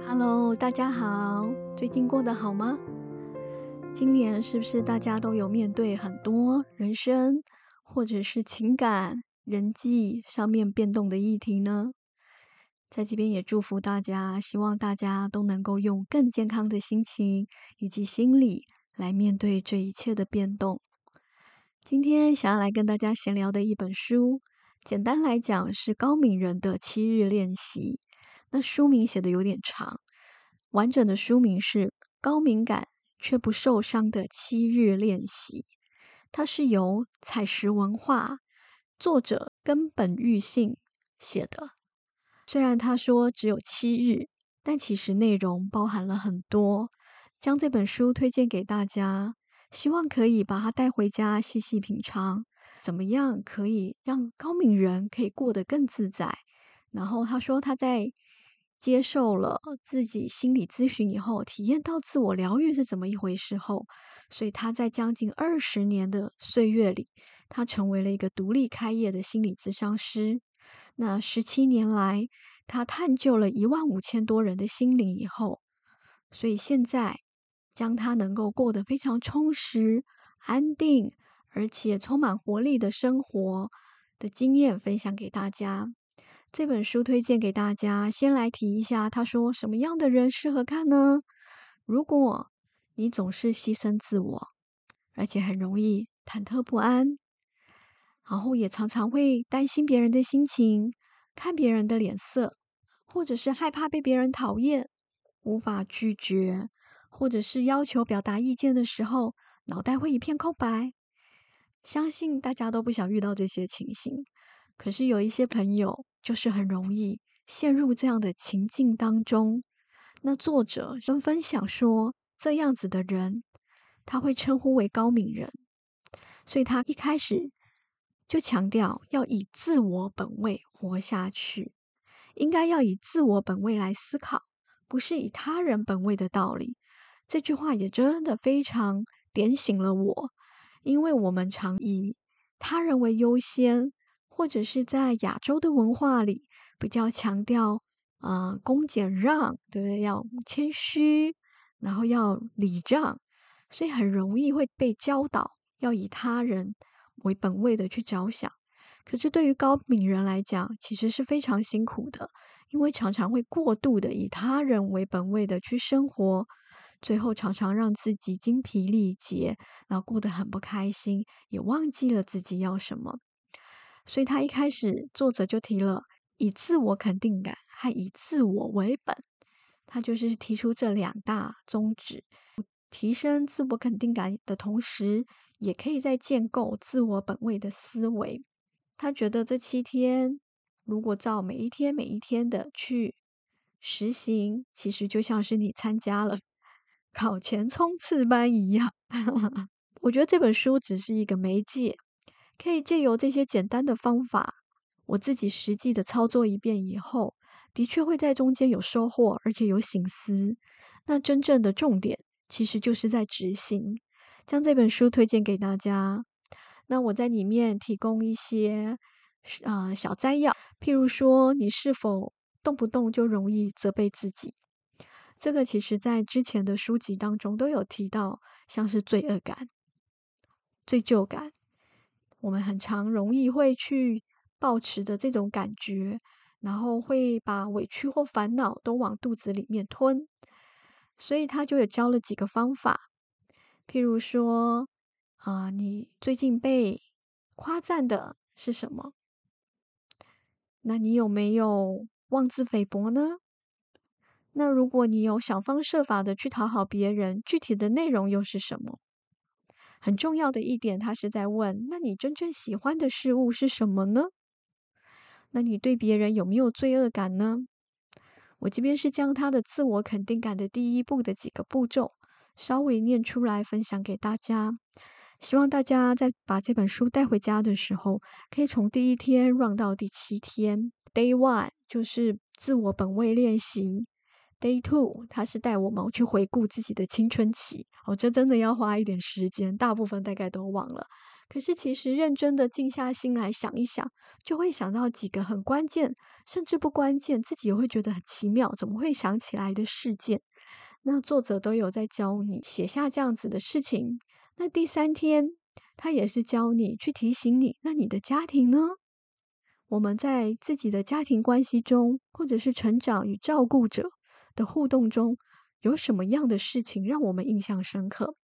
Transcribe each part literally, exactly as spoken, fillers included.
Hello，大家好，最近过得好吗？今年是不是大家都有面对很多人生或者是情感、人际上面变动的议题呢？在这边也祝福大家，希望大家都能够用更健康的心情以及心理来面对这一切的变动。今天想要来跟大家闲聊的一本书，简单来讲是高敏人的七日练习。那书名写的有点长，完整的书名是《高敏感却不受伤的七日练习》，它是由采石文化作者根本裕信写的。虽然他说只有七日，但其实内容包含了很多。将这本书推荐给大家，希望可以把它带回家细细品尝，怎么样可以让高敏人可以过得更自在。然后他说他在接受了自己心理咨询以后，体验到自我疗愈是怎么一回事后，所以他在将近二十年的岁月里，他成为了一个独立开业的心理咨商师。那十七年来，他探究了一万五千多人的心灵以后，所以现在将他能够过得非常充实、安定，而且充满活力的生活的经验分享给大家。这本书推荐给大家，先来提一下，他说什么样的人适合看呢？如果你总是牺牲自我，而且很容易忐忑不安，然后也常常会担心别人的心情，看别人的脸色，或者是害怕被别人讨厌，无法拒绝，或者是要求表达意见的时候，脑袋会一片空白。相信大家都不想遇到这些情形，可是有一些朋友就是很容易陷入这样的情境当中。那作者跟分享说，这样子的人，他会称呼为高敏人，所以他一开始就强调要以自我本位活下去，应该要以自我本位来思考，不是以他人本位的道理。这句话也真的非常点醒了我，因为我们常以他人为优先，或者是在亚洲的文化里比较强调呃恭俭让，对不对？要谦虚，然后要礼让，所以很容易会被教导要以他人为本位的去着想。可是对于高敏人来讲，其实是非常辛苦的，因为常常会过度的以他人为本位的去生活，最后常常让自己精疲力竭，然后过得很不开心，也忘记了自己要什么。所以他一开始作者就提了以自我肯定感和以自我为本，他就是提出这两大宗旨，提升自我肯定感的同时，也可以在建构自我本位的思维。他觉得这七天，如果照每一天每一天的去实行，其实就像是你参加了考前冲刺班一样。我觉得这本书只是一个媒介，可以借由这些简单的方法，我自己实际的操作一遍以后，的确会在中间有收获，而且有省思。那真正的重点其实就是在执行。将这本书推荐给大家，那我在里面提供一些啊、呃小摘要，譬如说，你是否动不动就容易责备自己？这个其实在之前的书籍当中都有提到，像是罪恶感、罪疚感，我们很常容易会去抱持的这种感觉，然后会把委屈或烦恼都往肚子里面吞。所以他就有教了几个方法，譬如说，啊、你最近被夸赞的是什么？那你有没有妄自菲薄呢？那如果你有想方设法的去讨好别人，具体的内容又是什么？很重要的一点，他是在问：那你真正喜欢的事物是什么呢？那你对别人有没有罪恶感呢？我这边是将他的自我肯定感的第一步的几个步骤稍微念出来分享给大家。希望大家在把这本书带回家的时候，可以从第一天 run 到第七天。Day one 就是自我本位练习。Day two 它是带我们去回顾自己的青春期。哦，这真的要花一点时间，大部分大概都忘了。 可是其实认真的静下心来想一想，就会想到几个很关键，甚至不关键，自己也会觉得很奇妙，怎么会想起来的事件。那作者都有在教你写下这样子的事情。那第三天，他也是教你去提醒你，那你的家庭呢？我们在自己的家庭关系中，或者是成长与照顾者的互动中，有什么样的事情让我们印象深刻？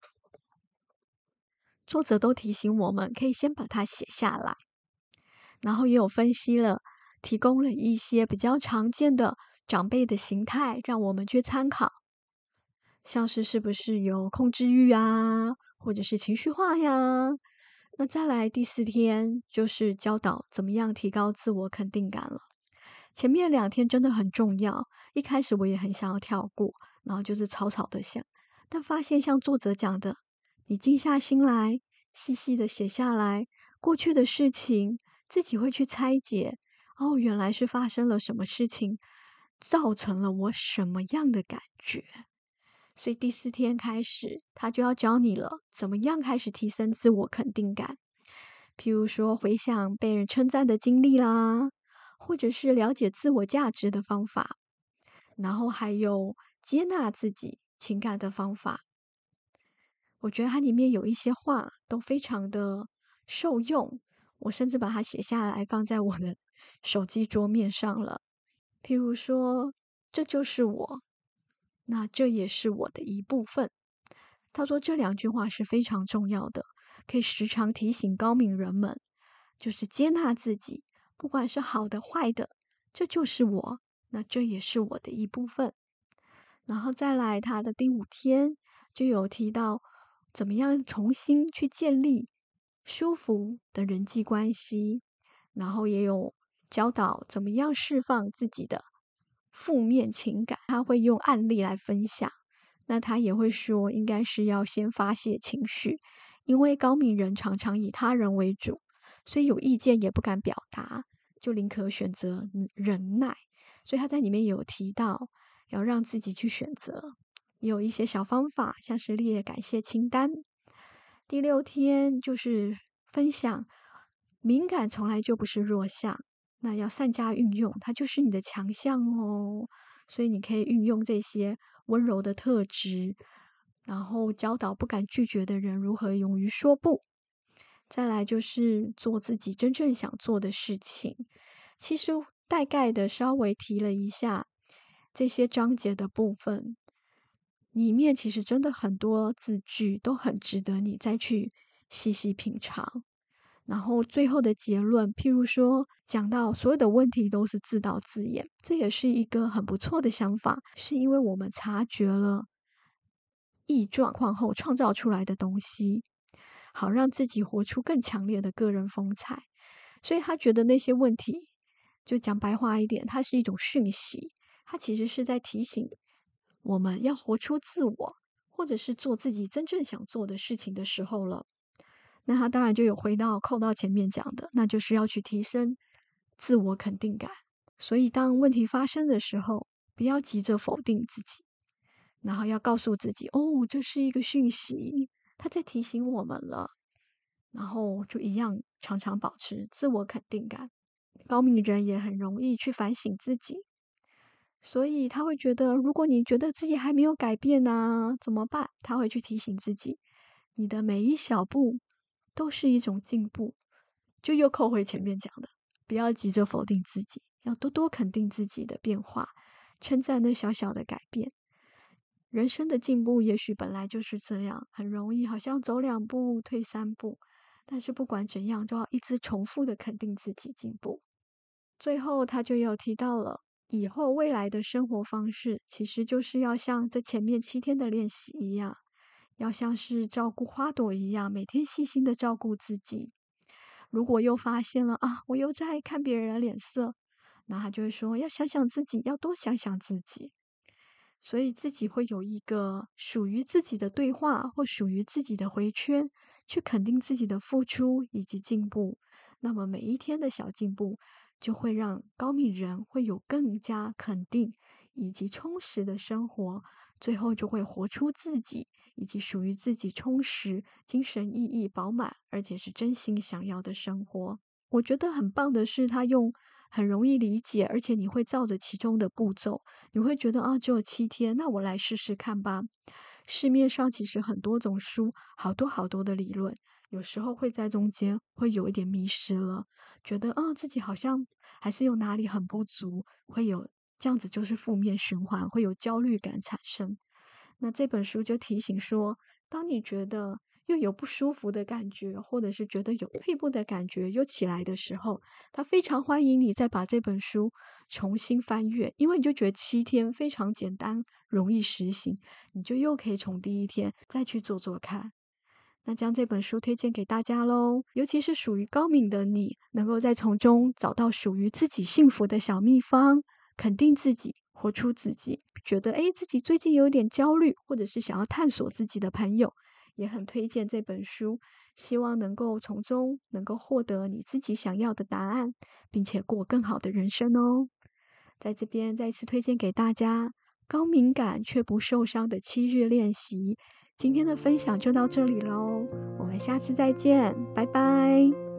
作者都提醒我们，可以先把它写下来，然后也有分析了，提供了一些比较常见的长辈的形态，让我们去参考，像是是不是有控制欲啊，或者是情绪化呀。那再来第四天就是教导怎么样提高自我肯定感了。前面两天真的很重要，一开始我也很想要跳过，然后就是草草的想，但发现像作者讲的，你静下心来，细细的写下来，过去的事情，自己会去拆解，哦，原来是发生了什么事情，造成了我什么样的感觉。所以第四天开始，他就要教你了，怎么样开始提升自我肯定感。譬如说，回想被人称赞的经历啦，或者是了解自我价值的方法，然后还有接纳自己情感的方法。我觉得它里面有一些话都非常的受用，我甚至把它写下来放在我的手机桌面上了。譬如说，这就是我，那这也是我的一部分。他说这两句话是非常重要的，可以时常提醒高敏人们，就是接纳自己，不管是好的坏的，这就是我，那这也是我的一部分。然后再来，他的第五天就有提到怎么样重新去建立舒服的人际关系，然后也有教导怎么样释放自己的负面情感，他会用案例来分享。那他也会说，应该是要先发泄情绪，因为高敏人常常以他人为主，所以有意见也不敢表达，就宁可选择忍耐。所以他在里面也有提到，要让自己去选择，也有一些小方法，像是列感谢清单。第六天就是分享，敏感从来就不是弱项，那要善加运用，它就是你的强项哦。所以你可以运用这些温柔的特质，然后教导不敢拒绝的人如何勇于说不。再来就是做自己真正想做的事情。其实大概的稍微提了一下这些章节的部分，里面其实真的很多字句都很值得你再去细细品尝。然后最后的结论，譬如说讲到所有的问题都是自导自演，这也是一个很不错的想法，是因为我们察觉了异状况后创造出来的东西，好让自己活出更强烈的个人风采。所以他觉得那些问题，就讲白话一点，它是一种讯息，它其实是在提醒我们要活出自我，或者是做自己真正想做的事情的时候了。那他当然就有回到扣到前面讲的，那就是要去提升自我肯定感。所以当问题发生的时候，不要急着否定自己，然后要告诉自己，哦，这是一个讯息，他在提醒我们了。然后就一样常常保持自我肯定感。高敏人也很容易去反省自己，所以他会觉得，如果你觉得自己还没有改变呢，怎么办？他会去提醒自己，你的每一小步都是一种进步。就又扣回前面讲的，不要急着否定自己，要多多肯定自己的变化，称赞那小小的改变。人生的进步也许本来就是这样，很容易好像走两步退三步，但是不管怎样，都要一直重复的肯定自己进步。最后他就有提到了，以后未来的生活方式，其实就是要像这前面七天的练习一样，要像是照顾花朵一样，每天细心的照顾自己。如果又发现了啊，我又在看别人的脸色，那他就会说，要想想自己，要多想想自己。所以自己会有一个属于自己的对话，或属于自己的回圈，去肯定自己的付出以及进步。那么每一天的小进步，就会让高敏人会有更加肯定以及充实的生活，最后就会活出自己， 以及属于自己充实、精神意义饱满，而且是真心想要的生活。我觉得很棒的是，他用很容易理解，而且你会照着其中的步骤，你会觉得啊，只有七天，那我来试试看吧。市面上其实很多种书，好多好多的理论，有时候会在中间会有一点迷失了，觉得啊自己好像还是有哪里很不足，会有这样子就是负面循环，会有焦虑感产生。那这本书就提醒说，当你觉得又有不舒服的感觉，或者是觉得有退步的感觉又起来的时候，他非常欢迎你再把这本书重新翻阅，因为你就觉得七天非常简单，容易实行，你就又可以从第一天再去做做看。那将这本书推荐给大家喽，尤其是属于高敏的你，能够在从中找到属于自己幸福的小秘方，肯定自己，活出自己。觉得诶自己最近有点焦虑，或者是想要探索自己的朋友，也很推荐这本书，希望能够从中能够获得你自己想要的答案，并且过更好的人生哦。在这边再次推荐给大家高敏感却不受伤的七日练习。今天的分享就到这里喽，我们下次再见，拜拜。